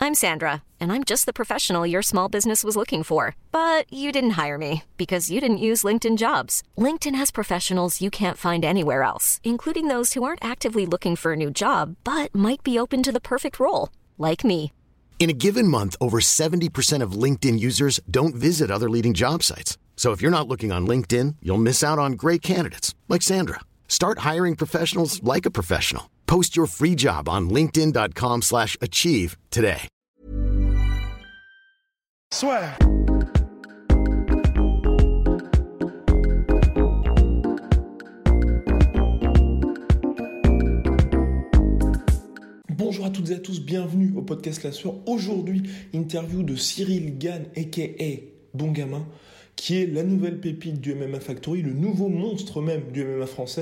I'm Sandra, and I'm just the professional your small business was looking for. But you didn't hire me because you didn't use LinkedIn Jobs. LinkedIn has professionals you can't find anywhere else, including those who aren't actively looking for a new job, but might be open to the perfect role, like me. In a given month, over 70% of LinkedIn users don't visit other leading job sites. So if you're not looking on LinkedIn, you'll miss out on great candidates like Sandra. Start hiring professionals like a professional. Post your free job on linkedin.com/achieve today. Soit. Bonjour à toutes et à tous, bienvenue au podcast La Sueur. Aujourd'hui, interview de Cyril Gane, a.k.a. Bon Gamin, qui est la nouvelle pépite du MMA Factory, le nouveau monstre même du MMA français,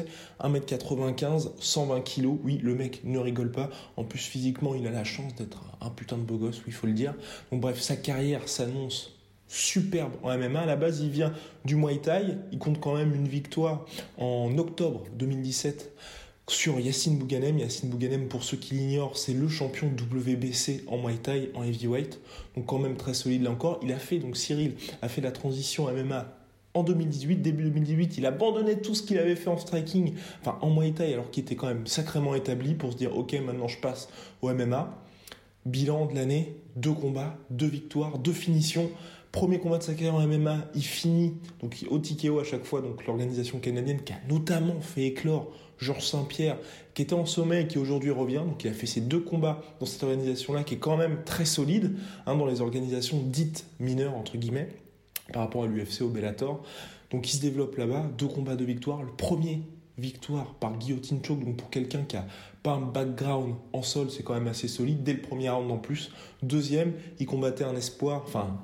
1m95, 120 kg, oui, le mec ne rigole pas, en plus physiquement il a la chance d'être un putain de beau gosse, oui, il faut le dire. Donc bref, sa carrière s'annonce superbe en MMA. À la base, il vient du Muay Thai, il compte quand même une victoire en octobre 2017 sur Yacine Bouganem. Yacine Bouganem, pour ceux qui l'ignorent, c'est le champion WBC en Muay Thai, en heavyweight, donc quand même très solide là encore. Cyril a fait la transition MMA en 2018, début 2018, il abandonnait tout ce qu'il avait fait en striking, enfin en Muay Thai, alors qu'il était quand même sacrément établi, pour se dire ok, maintenant je passe au MMA. Bilan de l'année, 2 combats, 2 victoires, 2 finitions. Premier combat de sa carrière en MMA, il finit donc au TKO à chaque fois, donc l'organisation canadienne qui a notamment fait éclore Georges Saint-Pierre, qui était en sommet et qui aujourd'hui revient. Donc il a fait ces 2 combats dans cette organisation-là, qui est quand même très solide, dans les organisations dites mineures, entre guillemets, par rapport à l'UFC, au Bellator. Donc il se développe là-bas, 2 combats, 2 victoires. Le premier victoire par guillotine choke, donc pour quelqu'un qui a pas un background en sol, c'est quand même assez solide, dès le premier round en plus. Deuxième, il combattait un espoir,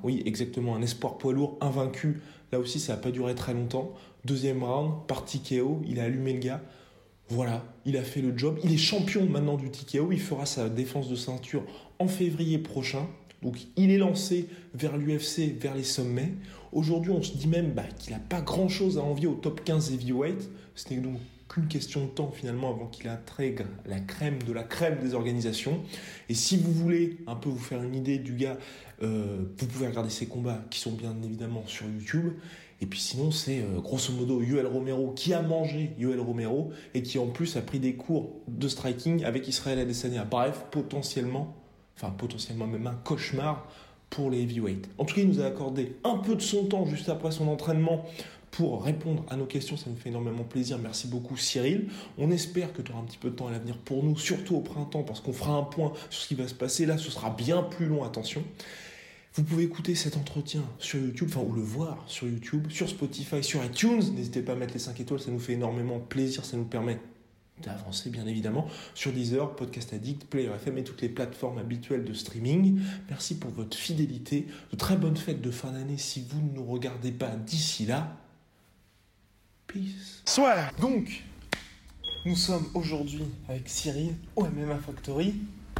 un espoir poids lourd, invaincu. Là aussi, ça n'a pas duré très longtemps. Deuxième round, par TKO, il a allumé le gars. Voilà, il a fait le job. Il est champion maintenant du TKO, il fera sa défense de ceinture en février prochain. Donc il est lancé vers l'UFC, vers les sommets. Aujourd'hui, on se dit même qu'il n'a pas grand-chose à envier au top 15 heavyweight. Ce n'est donc qu'une question de temps finalement avant qu'il intègre la crème de la crème des organisations. Et si vous voulez un peu vous faire une idée du gars, vous pouvez regarder ses combats qui sont bien évidemment sur YouTube. Et puis sinon, c'est grosso modo Yoel Romero qui a mangé Yoel Romero et qui en plus a pris des cours de striking avec Israël Adesanya. Bref, potentiellement même un cauchemar pour les heavyweights. En tout cas, il nous a accordé un peu de son temps juste après son entraînement pour répondre à nos questions. Ça nous fait énormément plaisir. Merci beaucoup Cyril. On espère que tu auras un petit peu de temps à l'avenir pour nous, surtout au printemps, parce qu'on fera un point sur ce qui va se passer. Là, ce sera bien plus long, attention. Vous pouvez écouter cet entretien sur YouTube, ou le voir sur YouTube, sur Spotify, sur iTunes. N'hésitez pas à mettre les 5 étoiles, ça nous fait énormément plaisir, ça nous permet d'avancer bien évidemment, sur Deezer, Podcast Addict, Player FM et toutes les plateformes habituelles de streaming. Merci pour votre fidélité. De très bonnes fêtes de fin d'année si vous ne nous regardez pas d'ici là. Peace. Soit. Donc, nous sommes aujourd'hui avec Cyril au MMA Factory.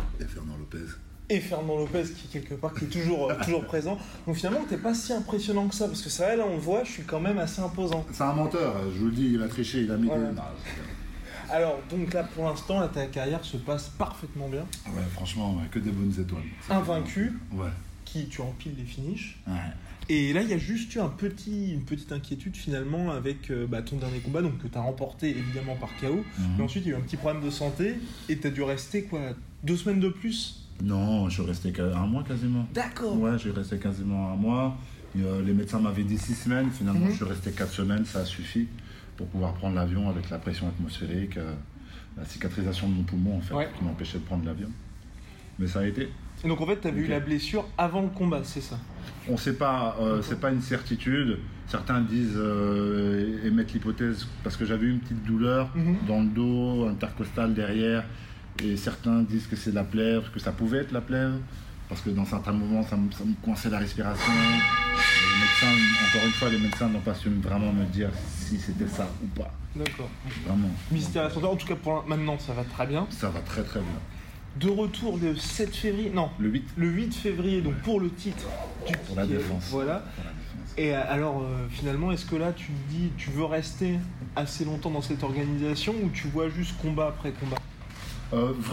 Et Fernand Lopez qui est toujours présent. Donc finalement, t'es pas si impressionnant que ça, parce que c'est vrai, là on le voit, je suis quand même assez imposant. C'est un menteur, je vous le dis, il a triché, il a mis voilà. Alors, donc là pour l'instant, ta carrière se passe parfaitement bien. Ouais, franchement, que des bonnes étoiles. Invaincu, ouais. Qui tu empiles les finishes. Ouais. Et là, il y a juste eu une petite inquiétude finalement avec ton dernier combat, donc que tu as remporté évidemment par KO. Mais ensuite, il y a eu un petit problème de santé et tu as dû rester 2 semaines de plus. Non, je suis resté un mois quasiment. D'accord. Ouais, j'ai resté quasiment un mois. Les médecins m'avaient dit 6 semaines. Finalement, je suis resté 4 semaines. Ça a suffi pour pouvoir prendre l'avion avec la pression atmosphérique, la cicatrisation de mon poumon, en fait, qui m'empêchait de prendre l'avion. Mais ça a été. Et donc, en fait, tu avais eu la blessure avant le combat, c'est ça ? On ne sait pas. C'est pas une certitude. Certains disent émettre l'hypothèse parce que j'avais eu une petite douleur dans le dos, intercostale derrière. Et certains disent que c'est la plèvre, que ça pouvait être la plèvre, parce que dans certains moments, ça me coinçait la respiration. Les médecins, encore une fois, les médecins n'ont pas su vraiment me dire si c'était ça ou pas. D'accord. Vraiment. Mystère à son temps. En tout cas, maintenant, ça va très bien. Ça va très très bien. De retour le 7 février, non, le 8. Le 8 février, donc pour le titre du pour la défense. Voilà. Pour la défense. Et alors, finalement, est-ce que là, tu te dis, tu veux rester assez longtemps dans cette organisation ou tu vois juste combat après combat ?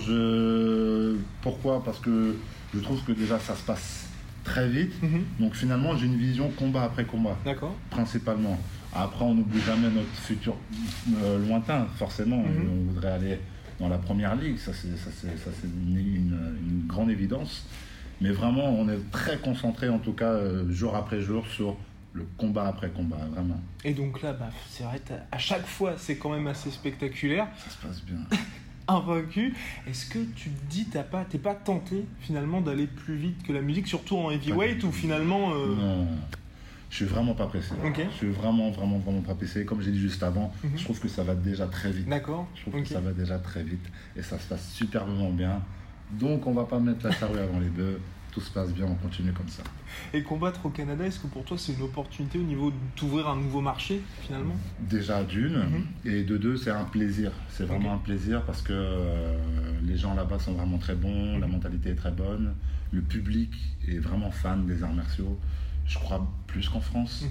Vraiment, pourquoi ? Parce que Je trouve que déjà ça se passe très vite. Donc finalement, j'ai une vision combat après combat. D'accord. Principalement. Après, on n'oublie jamais notre futur lointain, forcément. On voudrait aller dans la première ligue, ça c'est une grande évidence. Mais vraiment, on est très concentré, en tout cas, jour après jour, sur le combat après combat, vraiment. Et donc là, c'est vrai, à chaque fois, c'est quand même assez spectaculaire. Ça se passe bien. Invaincu. Est-ce que tu te dis, t'es pas tenté finalement d'aller plus vite que la musique, surtout en heavyweight, ou finalement... Non, je suis vraiment pas pressé. Okay. Je suis vraiment pas pressé. Comme j'ai dit juste avant, je trouve que ça va déjà très vite. D'accord. Je trouve que ça va déjà très vite et ça se passe superbement bien. Donc on va pas mettre la charrue avant les bœufs. Tout se passe bien, on continue comme ça. Et combattre au Canada, est-ce que pour toi c'est une opportunité au niveau d'ouvrir un nouveau marché finalement ? Déjà d'une, et de deux, c'est un plaisir. C'est vraiment un plaisir parce que les gens là-bas sont vraiment très bons, la mentalité est très bonne, le public est vraiment fan des arts martiaux, je crois plus qu'en France.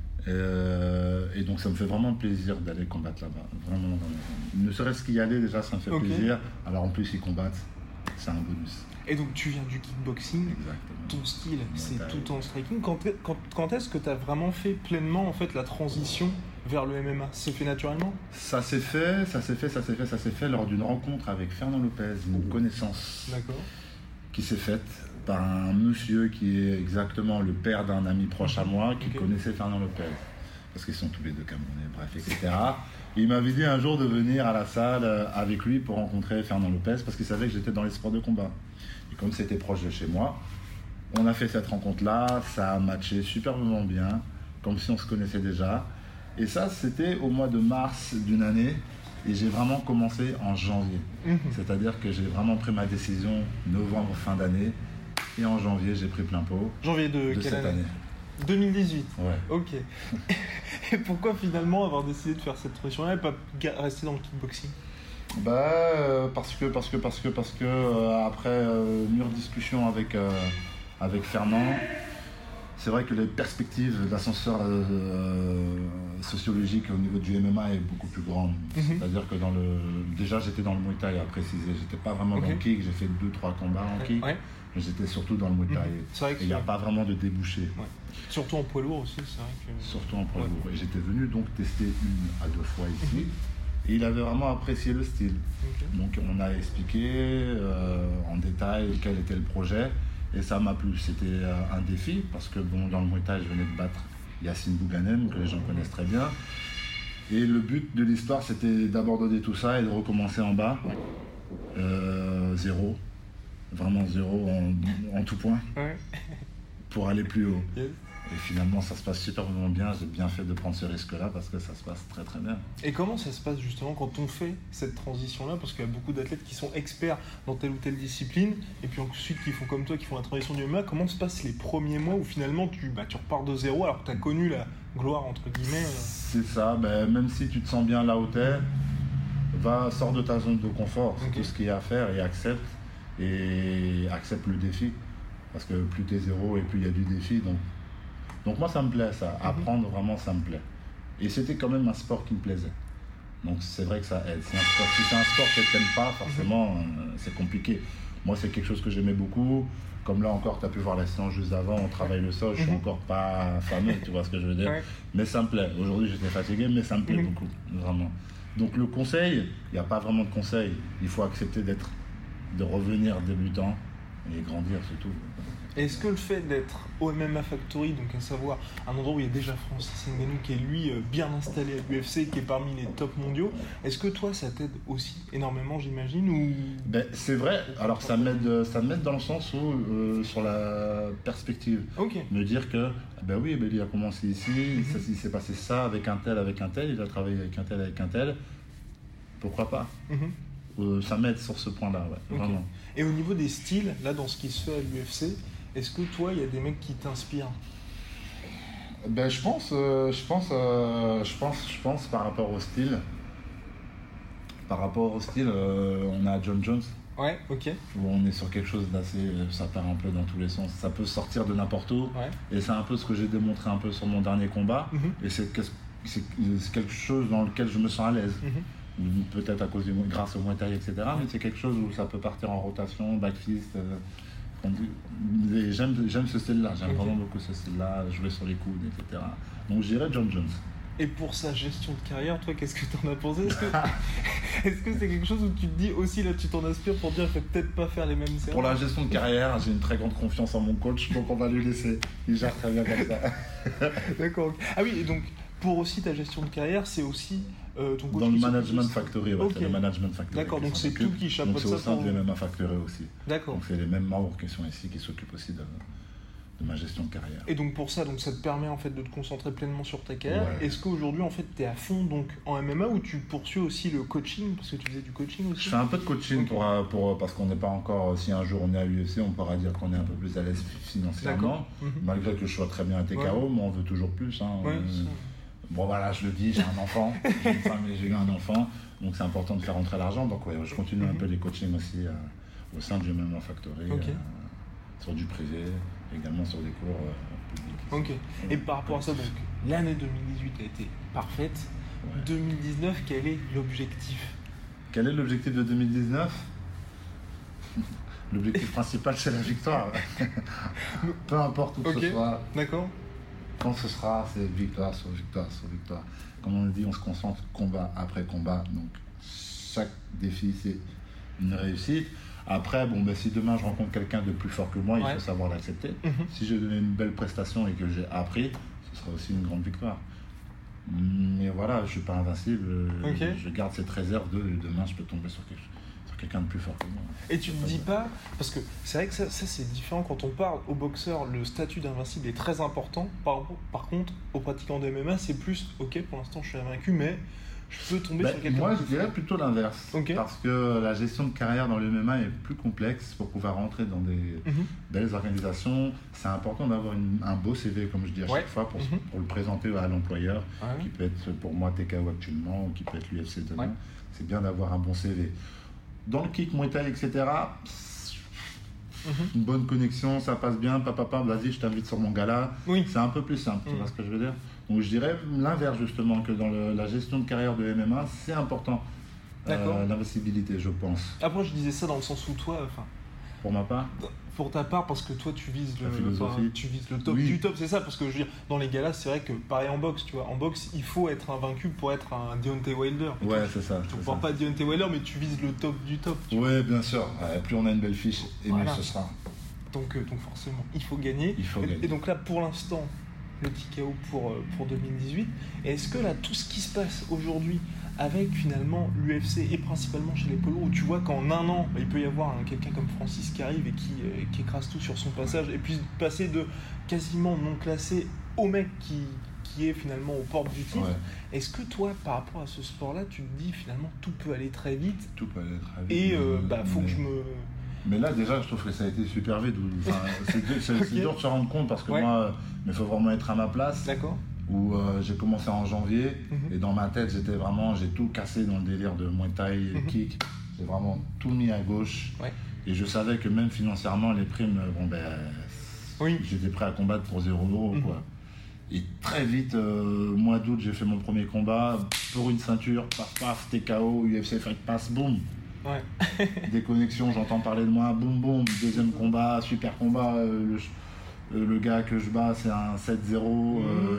Et donc ça me fait vraiment plaisir d'aller combattre là-bas. Vraiment. Ne serait-ce qu'y aller déjà, ça me fait plaisir. Alors en plus, ils combattent, c'est un bonus. Et donc tu viens du kickboxing. Exactement. Ton style, c'est tout en striking. Quand est-ce que tu as vraiment fait pleinement en fait la transition vers le MMA ? C'est fait naturellement ? Ça s'est fait lors d'une rencontre avec Fernand Lopez, une connaissance qui s'est faite par un monsieur qui est exactement le père d'un ami proche à moi qui connaissait Fernand Lopez. Parce qu'ils sont tous les deux Camerounais, bref, etc. Il m'avait dit un jour de venir à la salle avec lui pour rencontrer Fernand Lopez parce qu'il savait que j'étais dans les sports de combat. Et comme c'était proche de chez moi, on a fait cette rencontre-là, ça a matché superbement bien, comme si on se connaissait déjà. Et ça, c'était au mois de mars d'une année, et j'ai vraiment commencé en janvier. C'est-à-dire que j'ai vraiment pris ma décision novembre, fin d'année, et en janvier, j'ai pris plein pot. Janvier de quelle cette année 2018. Ouais. Ok. Et pourquoi finalement avoir décidé de faire cette transition-là et pas rester dans le kickboxing ? Parce que après mûre discussion avec Fernand, c'est vrai que les perspectives d'ascenseur sociologique au niveau du MMA est beaucoup plus grande. C'est-à-dire que déjà j'étais dans le Muay Thai à préciser, j'étais pas vraiment dans le kick, j'ai fait 2-3 combats en kick, mais j'étais surtout dans le Muay Thai. Et il n'y a pas vraiment de débouché. Ouais. Surtout en poids lourd aussi, c'est vrai que... Surtout en poids lourd. Et j'étais venu donc tester 1 à 2 fois ici. Et il avait vraiment apprécié le style. Donc on a expliqué en détail quel était le projet et ça m'a plu. C'était un défi parce que dans le Muay Thai, je venais de battre Yacine Bouganem, que les gens connaissent très bien. Et le but de l'histoire, c'était d'abandonner tout ça et de recommencer en bas. Zéro. Vraiment zéro en tout point. Pour aller plus haut. Et finalement, ça se passe super bien. J'ai bien fait de prendre ce risque-là parce que ça se passe très très bien. Et comment ça se passe justement quand on fait cette transition-là ? Parce qu'il y a beaucoup d'athlètes qui sont experts dans telle ou telle discipline et puis ensuite qui font comme toi, qui font la transition du MMA. Comment se passent les premiers mois où finalement tu repars de zéro alors que tu as connu la gloire entre guillemets C'est ça. Même si tu te sens bien là où tu es, sors de ta zone de confort. C'est tout ce qu'il y a à faire et accepte le défi. Parce que plus tu es zéro et plus il y a du défi. Donc moi ça me plaît ça, apprendre vraiment ça me plaît. Et c'était quand même un sport qui me plaisait. Donc c'est vrai que ça aide. Si c'est un sport que tu n'aimes pas, forcément c'est compliqué. Moi c'est quelque chose que j'aimais beaucoup. Comme là encore, tu as pu voir la séance juste avant, on travaille le sol, je suis encore pas fameux, tu vois ce que je veux dire. Mais ça me plaît. Aujourd'hui j'étais fatigué, mais ça me plaît beaucoup, vraiment. Donc le conseil, il n'y a pas vraiment de conseil. Il faut accepter de revenir débutant et grandir surtout. Est-ce que le fait d'être au MMA Factory, donc à savoir un endroit où il y a déjà Francis Ngannou qui est lui bien installé à l'UFC, qui est parmi les tops mondiaux, est-ce que toi ça t'aide aussi énormément, j'imagine ou... C'est vrai, alors ça m'aide dans le sens où sur la perspective, me dire que il a commencé ici, il s'est passé ça avec un tel, il a travaillé avec un tel, pourquoi pas ça m'aide sur ce point-là, vraiment. Et au niveau des styles, là dans ce qui se fait à l'UFC, est-ce que toi, il y a des mecs qui t'inspirent ? Je pense par rapport au style. On a John Jones. Ouais, ok. Où on est sur quelque chose d'assez... Ça part un peu dans tous les sens. Ça peut sortir de n'importe où. Ouais. Et c'est un peu ce que j'ai démontré un peu sur mon dernier combat. Et c'est quelque chose dans lequel je me sens à l'aise. Peut-être grâce au Muay Thai, etc. Mais c'est quelque chose où ça peut partir en rotation, backfist... Et j'aime ce style-là, j'aime vraiment beaucoup ce style-là, jouer sur les coudes, etc. Donc je dirais John Jones. Et pour sa gestion de carrière, toi, qu'est-ce que t'en as pensé? Est-ce que c'est quelque chose où tu te dis aussi, là, tu t'en inspires pour dire, je vais peut-être pas faire les mêmes séances? Pour la gestion de carrière, j'ai une très grande confiance en mon coach, donc on va lui laisser. Il gère très bien comme ça. D'accord. Ah oui, et donc, pour aussi ta gestion de carrière, c'est aussi ton coach dans le Management Factory, ouais, okay. C'est le Management Factory. D'accord, donc c'est tout qui chapeaute ça. Donc c'est au sein de MMA Factory aussi. D'accord. Donc c'est les mêmes membres qui sont ici, qui s'occupent aussi de ma gestion de carrière. Et donc pour ça, donc ça te permet en fait de te concentrer pleinement sur ta carrière. Ouais. Est-ce qu'aujourd'hui en fait tu es à fond donc en MMA ou tu poursuis aussi le coaching parce que tu faisais du coaching aussi? Je fais un peu de coaching parce qu'on n'est pas encore, si un jour on est à l'UFC, on pourra dire qu'on est un peu plus à l'aise financièrement, malgré que je sois très bien à TKO, mais on veut toujours plus. Hein. Bon voilà, je le dis, j'ai un enfant, j'ai une femme et j'ai eu un enfant, donc c'est important de faire rentrer l'argent. Donc ouais, je continue un peu les coachings aussi au sein du MMA Factory, sur du privé, également sur des cours publics. Ok. Et par rapport à ça, donc l'année 2018 a été parfaite. Ouais. 2019, quel est l'objectif? Quel est l'objectif de 2019? L'objectif principal, c'est la victoire. Peu importe où ce soit. D'accord. Quand ce sera, c'est victoire sur victoire sur victoire. Comme on le dit, on se concentre combat après combat. Donc chaque défi, c'est une réussite. Après, si demain je rencontre quelqu'un de plus fort que moi, il faut savoir l'accepter. Si j'ai donné une belle prestation et que j'ai appris, ce sera aussi une grande victoire. Mais voilà, je ne suis pas invincible. Je garde cette réserve de demain, je peux tomber sur quelqu'un de plus fort que moi. Et tu ne dis pas, parce que c'est vrai que ça c'est différent quand on parle au boxeur, le statut d'invincible est très important. Par contre, aux pratiquants de MMA, c'est plus, ok, pour l'instant je suis invaincu, mais je peux tomber sur quelqu'un. Moi, je dirais plutôt l'inverse. Parce que la gestion de carrière dans le MMA est plus complexe. Pour pouvoir rentrer dans des belles organisations, c'est important d'avoir un beau CV, comme je dis à chaque fois, pour le présenter à l'employeur, qui peut être pour moi TKO actuellement, ou qui peut être l'UFC demain. C'est bien d'avoir un bon CV. Dans le kick, Muay Thai, etc., une bonne connexion, ça passe bien, vas-y, je t'invite sur mon gala. C'est un peu plus simple, tu vois ce que je veux dire? Donc je dirais l'inverse justement, que dans la gestion de carrière de MMA, c'est important, l'investibilité, je pense. Après, je disais ça dans le sens où toi, pour ma part, pour ta part, parce que toi tu vises le top du top, c'est ça, parce que je veux dire, dans les galas, c'est vrai que pareil en boxe, tu vois, en boxe, il faut être invaincu pour être un Deontay Wilder. Ouais, c'est ça. Tu ne vois pas Deontay Wilder, mais tu vises le top du top. Ouais, bien sûr. Plus on a une belle fiche, et mieux ce sera. Donc forcément, il faut gagner. Et donc là, pour l'instant, le TKO pour 2018. Et est-ce que là, tout ce qui se passe aujourd'hui avec finalement l'UFC et principalement chez les poids lourds, où tu vois qu'en un an, il peut y avoir quelqu'un comme Francis qui arrive et qui écrase tout sur son passage, et puis passer de quasiment non classé au mec qui est finalement aux portes du titre. Est-ce que toi, par rapport à ce sport-là, tu te dis finalement tout peut aller très vite? Tout peut aller très vite. Et faut que je me... Mais là, déjà, je trouve que ça a été super vite. C'est dur de se rendre compte parce que moi, il faut vraiment être à ma place. D'accord. Où j'ai commencé en janvier et dans ma tête, j'ai tout cassé dans le délire de Muay Thai, kick. J'ai vraiment tout mis à gauche. Et je savais que même financièrement, les primes, j'étais prêt à combattre pour 0€. Quoi. Et très vite, mois d'août, j'ai fait mon premier combat pour une ceinture, paf, TKO, UFC Fight Pass, boum. Des connexions, j'entends parler de moi, boum boum, deuxième combat, super combat, le gars que je bats c'est un 7-0,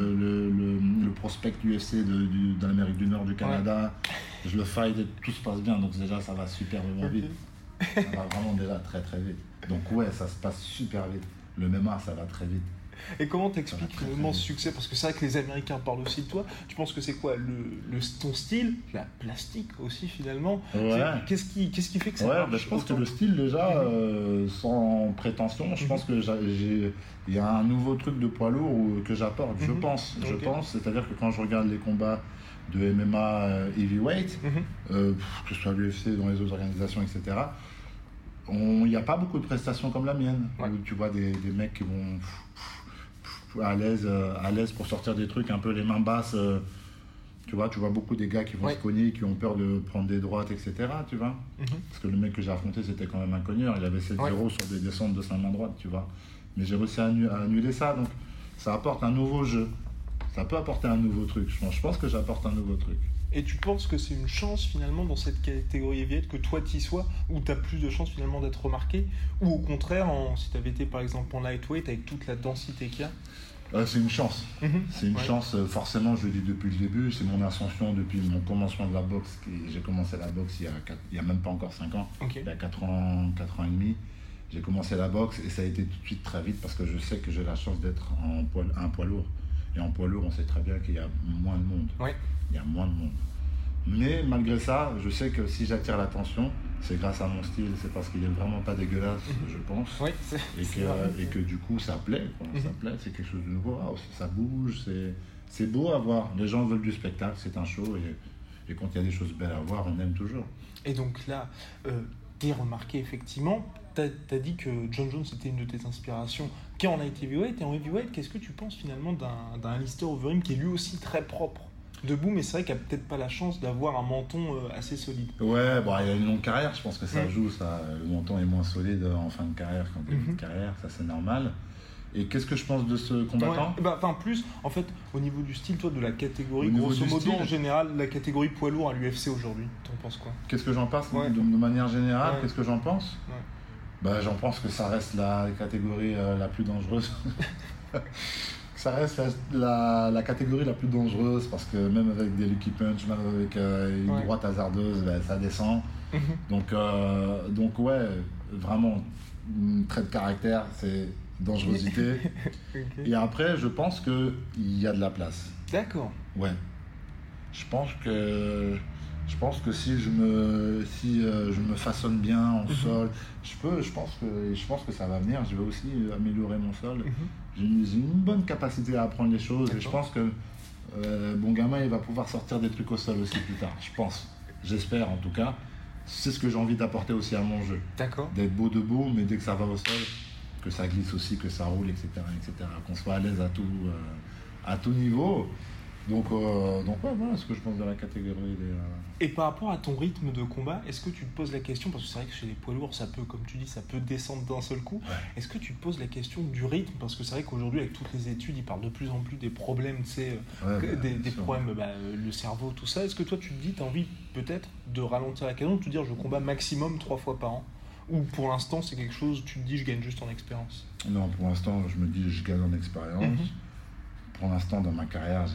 le prospect UFC de l'Amérique du Nord, du Canada, je le fight et tout se passe bien, donc déjà ça va super vite, ça va vraiment déjà très très vite, donc ça se passe super vite, le MMA ça va très vite. Et comment t'expliques finalement ce succès? Parce que c'est vrai que les Américains parlent aussi de toi. Tu penses que c'est quoi ton style, la plastique aussi finalement? Qu'est-ce qui fait que ça marche? Je pense que le style déjà, sans prétention, je pense que il y a un nouveau truc de poids lourd que j'apporte, je pense. C'est-à-dire que quand je regarde les combats de MMA heavyweight, que ce soit l'UFC, dans les autres organisations, etc., il n'y a pas beaucoup de prestations comme la mienne. Où tu vois des mecs qui vont... à l'aise pour sortir des trucs un peu les mains basses, tu vois beaucoup des gars qui vont se cogner, qui ont peur de prendre des droites, etc., tu vois, parce que le mec que j'ai affronté c'était quand même un cogneur, il avait 7-0 sur des descentes de sa main droite, tu vois, mais j'ai réussi à annuler ça, donc ça apporte un nouveau jeu, ça peut apporter un nouveau truc, je pense que j'apporte un nouveau truc. Et tu penses que c'est une chance finalement dans cette catégorie heavyweight que toi t'y sois, où t'as plus de chances finalement d'être remarqué, ou au contraire, si t'avais été par exemple en lightweight avec toute la densité qu'il y a? C'est une chance. C'est une chance, forcément, je le dis depuis le début, c'est mon ascension depuis mon commencement de la boxe. J'ai commencé la boxe il y a même pas encore 5 ans, il y a 4 ans et demi. J'ai commencé la boxe et ça a été tout de suite très vite parce que je sais que j'ai la chance d'être un poids lourd. Et en poids lourd, on sait très bien qu'il y a moins de monde. Il y a moins de monde. Mais malgré ça, je sais que si j'attire l'attention, c'est grâce à mon style, c'est parce qu'il n'est vraiment pas dégueulasse, je pense. Et que du coup, ça plaît. Ça plaît, c'est quelque chose de nouveau. Ça bouge, c'est beau à voir. Les gens veulent du spectacle, c'est un show. Et quand il y a des choses belles à voir, on aime toujours. Et donc là, t'es remarqué effectivement. T'as dit que John Jones était une de tes inspirations qui est en light heavyweight. Et en heavyweight, qu'est-ce que tu penses finalement d'un Alistair Overeem qui est lui aussi très propre debout, mais c'est vrai qu'il n'a peut-être pas la chance d'avoir un menton assez solide. Ouais, il a une longue carrière, je pense que ça joue, ça. Le menton est moins solide en fin de carrière qu'en début de carrière, ça c'est normal. Et qu'est-ce que je pense de ce combattant ? Plus, en fait, au niveau du style, toi, de la catégorie, grosso modo, en général, la catégorie poids lourd à l'UFC aujourd'hui, t'en penses quoi ? Qu'est-ce que j'en pense de manière générale, qu'est-ce que j'en pense ? J'en pense que ça reste la catégorie la plus dangereuse. Ça reste la catégorie la plus dangereuse parce que même avec des lucky punch, même avec une droite hasardeuse, ça descend. Donc vraiment, trait de caractère, c'est dangerosité. Et après, je pense qu'il y a de la place. D'accord. Ouais. Je pense que si je me façonne bien en sol, je pense que ça va venir. Je vais aussi améliorer mon sol. J'ai une bonne capacité à apprendre les choses. D'accord. Et je pense que bon gamin, il va pouvoir sortir des trucs au sol aussi plus tard. Je pense, j'espère en tout cas. C'est ce que j'ai envie d'apporter aussi à mon jeu. D'accord. D'être beau debout, mais dès que ça va au sol, que ça glisse aussi, que ça roule, etc. Qu'on soit à l'aise à tout niveau. Donc voilà ce que je pense de la catégorie des... Et par rapport à ton rythme de combat, est-ce que tu te poses la question, parce que c'est vrai que chez les poids lourds, ça peut, comme tu dis, ça peut descendre d'un seul coup. Est-ce que tu te poses la question du rythme ? Parce que c'est vrai qu'aujourd'hui, avec toutes les études, ils parlent de plus en plus des problèmes, des problèmes, le cerveau, tout ça. Est-ce que toi, tu te dis, tu as envie peut-être de ralentir la cadence, de te dire, je combats maximum 3 fois par an ? Ou pour l'instant, c'est quelque chose, tu te dis, je gagne juste en expérience ? Non, pour l'instant, je me dis, je gagne en expérience. Pour l'instant, dans ma carrière,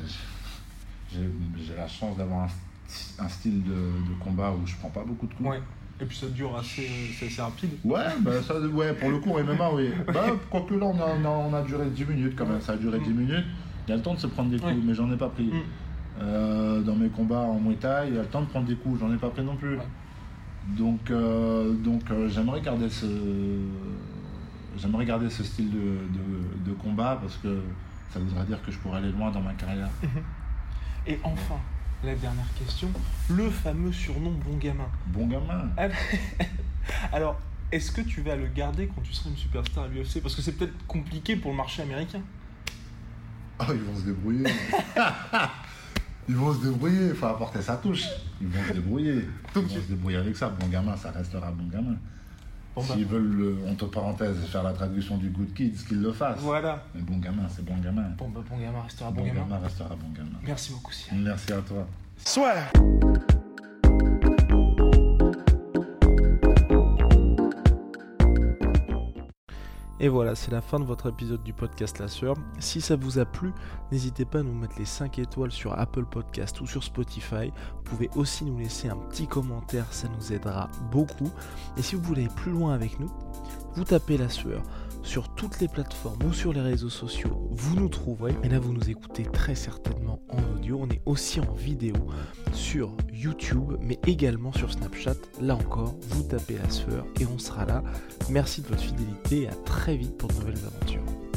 j'ai la chance d'avoir un style de combat où je prends pas beaucoup de coups. Et puis ça dure assez rapide. Pour le coup, MMA, oui. Quoique là, on a duré 10 minutes quand même. Ça a duré 10 minutes. Il y a le temps de se prendre des coups, mais j'en ai pas pris. Dans mes combats en Muay Thai, il y a le temps de prendre des coups, j'en ai pas pris non plus. Donc j'aimerais garder ce style de combat parce que ça voudrait dire que je pourrais aller loin dans ma carrière. Et enfin, la dernière question, le fameux surnom Bon Gamin. Bon Gamin. Alors, est-ce que tu vas le garder quand tu seras une superstar à l'UFC ? Parce que c'est peut-être compliqué pour le marché américain. Ils vont se débrouiller. Ils vont se débrouiller, il faut apporter sa touche. Ils vont se débrouiller. Ils vont se débrouiller avec ça. Bon Gamin, ça restera Bon Gamin. S'ils veulent, entre parenthèses, faire la traduction du Good Kids, qu'ils le fassent. Voilà. Mais Bon Gamin, c'est Bon Gamin. Bon Gamin restera Bon Gamin. Bon Gamin restera Bon Gamin. Merci beaucoup, Cyril. Merci à toi. Soit. Et voilà, c'est la fin de votre épisode du podcast La Sueur. Si ça vous a plu, n'hésitez pas à nous mettre les 5 étoiles sur Apple Podcast ou sur Spotify. Vous pouvez aussi nous laisser un petit commentaire, ça nous aidera beaucoup. Et si vous voulez aller plus loin avec nous, vous tapez La Sueur sur toutes les plateformes ou sur les réseaux sociaux, vous nous trouverez. Et là, vous nous écoutez très certainement en audio. On est aussi en vidéo sur YouTube, mais également sur Snapchat. Là encore, vous tapez La Sueur et on sera là. Merci de votre fidélité et à très vite pour de nouvelles aventures.